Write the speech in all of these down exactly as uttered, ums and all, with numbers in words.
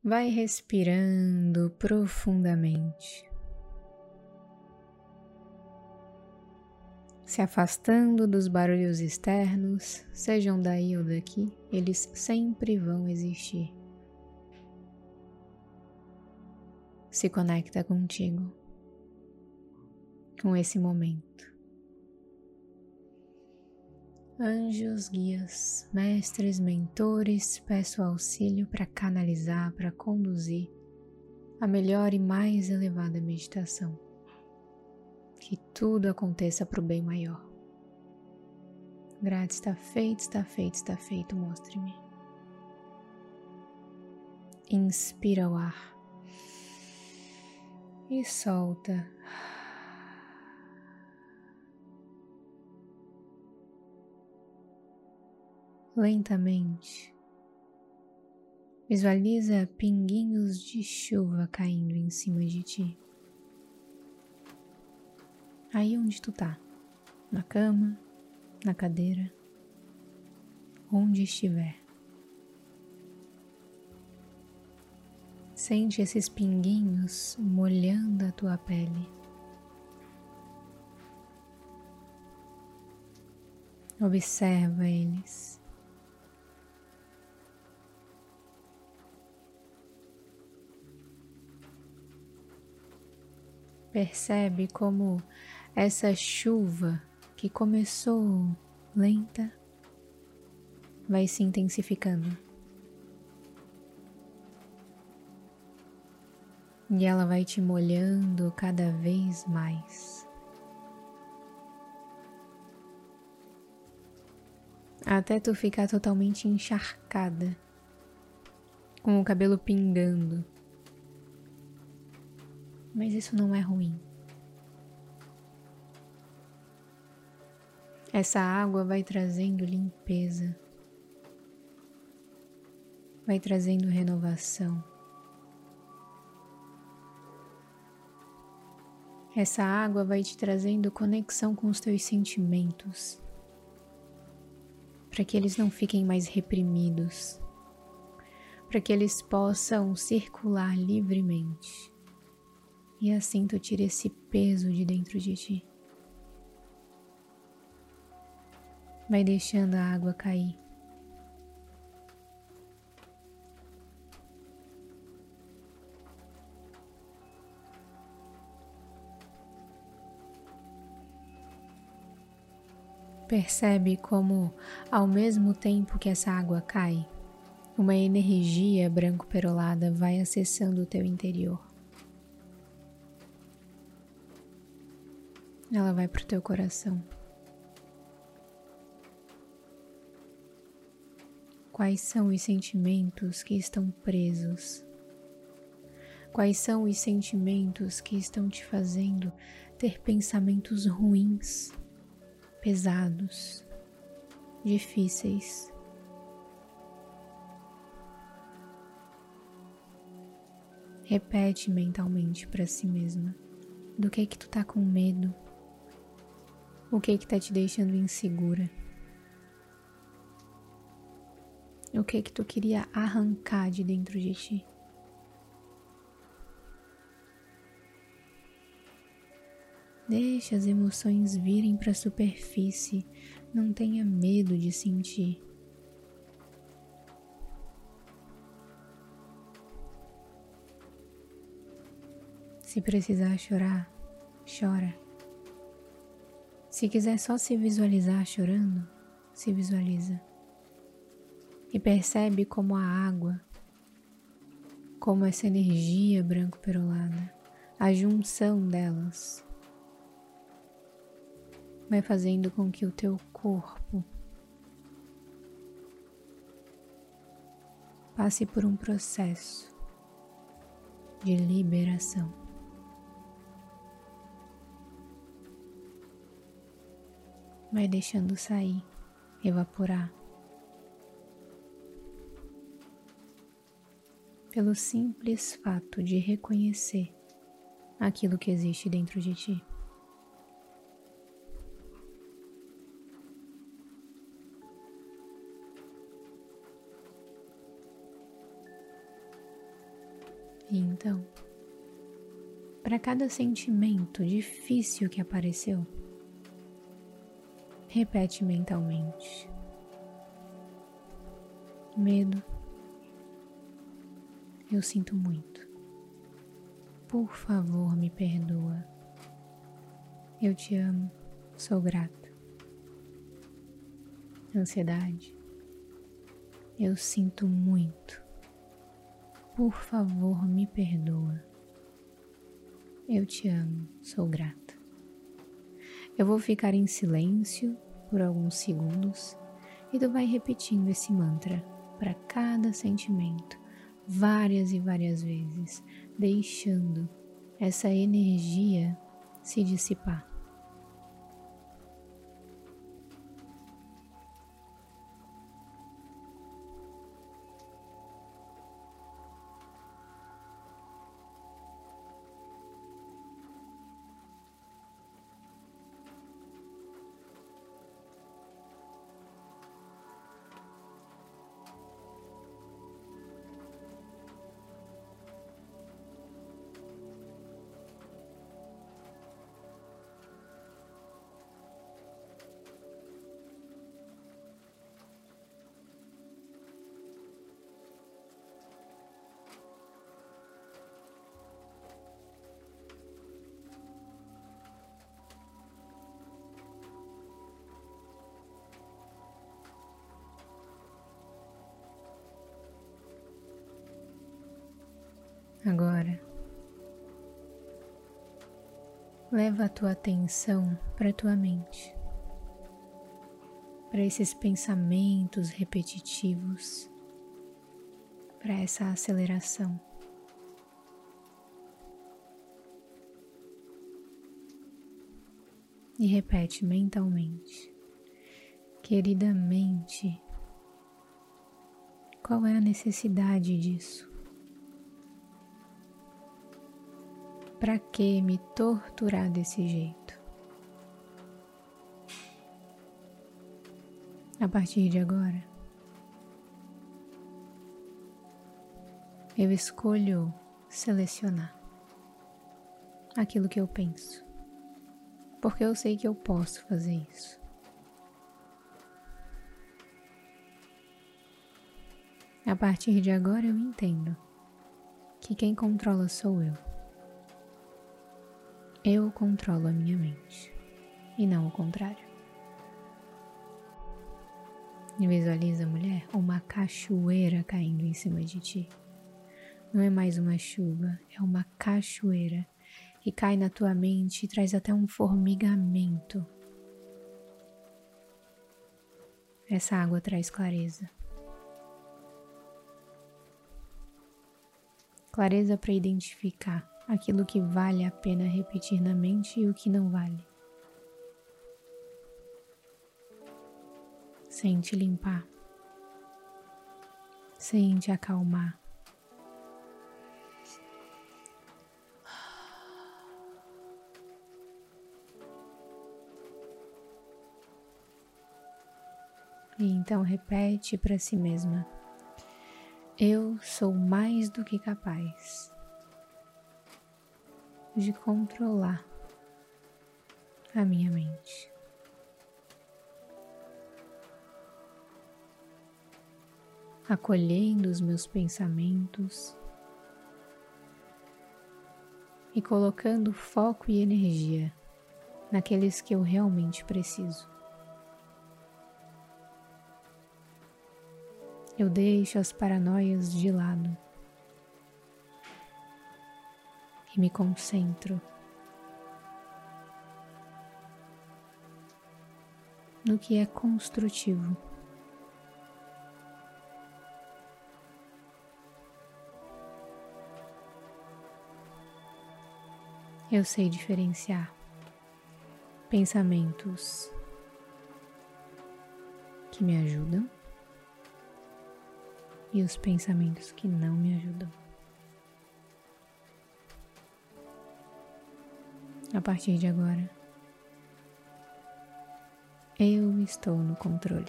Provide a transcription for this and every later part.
Vai respirando profundamente, se afastando dos barulhos externos, sejam daí ou daqui, eles sempre vão existir. Se conecta contigo, com esse momento. Anjos, guias, mestres, mentores, peço auxílio para canalizar, para conduzir a melhor e mais elevada meditação. Que tudo aconteça para o bem maior. Grato, está feito, está feito, está feito, mostre-me. Inspira o ar e solta. Lentamente, visualiza pinguinhos de chuva caindo em cima de ti. Aí onde tu tá, na cama, na cadeira, onde estiver. Sente esses pinguinhos molhando a tua pele. Observa eles. Percebe como essa chuva que começou lenta vai se intensificando. E ela vai te molhando cada vez mais. Até tu ficar totalmente encharcada, com o cabelo pingando. Mas isso não é ruim. Essa água vai trazendo limpeza, vai trazendo renovação. Essa água vai te trazendo conexão com os teus sentimentos, para que eles não fiquem mais reprimidos, para que eles possam circular livremente. E assim tu tira esse peso de dentro de ti. Vai deixando a água cair. Percebe como, ao mesmo tempo que essa água cai, uma energia branco-perolada vai acessando o teu interior. Ela vai para o teu coração. Quais são os sentimentos que estão presos? Quais são os sentimentos que estão te fazendo ter pensamentos ruins, pesados, difíceis? Repete mentalmente para si mesma. Do que que tu tá com medo? O que que tá te deixando insegura? O que que tu queria arrancar de dentro de ti? Deixa as emoções virem para a superfície. Não tenha medo de sentir. Se precisar chorar, chora. Se quiser só se visualizar chorando, se visualiza. E percebe como a água, como essa energia branco-perolada, a junção delas, vai fazendo com que o teu corpo passe por um processo de liberação. Vai deixando sair, evaporar. Pelo simples fato de reconhecer aquilo que existe dentro de ti. E então, para cada sentimento difícil que apareceu, repete mentalmente: medo, eu sinto muito. Por favor, me perdoa. Eu te amo, sou grata. Ansiedade, eu sinto muito. Por favor, me perdoa. Eu te amo, sou grata. Eu vou ficar em silêncio por alguns segundos e tu vai repetindo esse mantra para cada sentimento, várias e várias vezes, deixando essa energia se dissipar. Agora, leva a tua atenção para a tua mente, para esses pensamentos repetitivos, para essa aceleração. E repete mentalmente: querida mente, qual é a necessidade disso? Para que me torturar desse jeito? A partir de agora, eu escolho selecionar aquilo que eu penso, porque eu sei que eu posso fazer isso. A partir de agora eu entendo que quem controla sou eu. Eu controlo a minha mente e não o contrário. E visualiza, mulher, uma cachoeira caindo em cima de ti. Não é mais uma chuva, é uma cachoeira que cai na tua mente e traz até um formigamento. Essa água traz clareza. Clareza para identificar aquilo que vale a pena repetir na mente e o que não vale. Sem te limpar, sem te acalmar. E então repete para si mesma: eu sou mais do que capaz de controlar a minha mente. Acolhendo os meus pensamentos e colocando foco e energia naqueles que eu realmente preciso. Eu deixo as paranoias de lado e me concentro no que é construtivo. Eu sei diferenciar pensamentos que me ajudam e os pensamentos que não me ajudam. A partir de agora, eu estou no controle.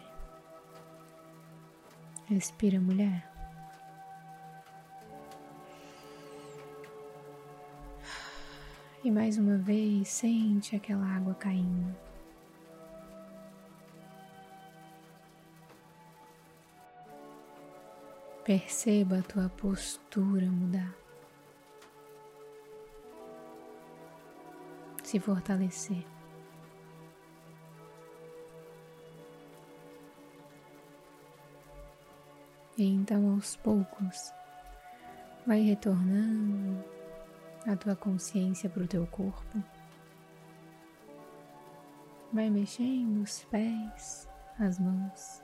Respira, mulher. E mais uma vez, sente aquela água caindo. Perceba a tua postura mudar. Se fortalecer. E então, aos poucos, vai retornando a tua consciência para o teu corpo. Vai mexendo os pés, as mãos,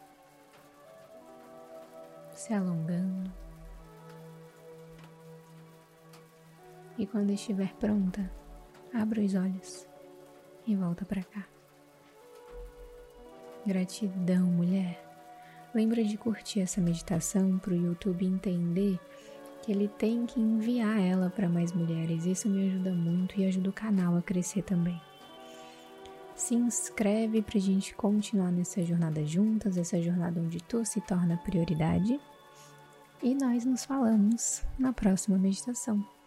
se alongando. E quando estiver pronta, abra os olhos e volta para cá. Gratidão, mulher. Lembra de curtir essa meditação para o YouTube entender que ele tem que enviar ela para mais mulheres. Isso me ajuda muito e ajuda o canal a crescer também. Se inscreve para a gente continuar nessa jornada juntas, essa jornada onde tu se torna prioridade. E nós nos falamos na próxima meditação.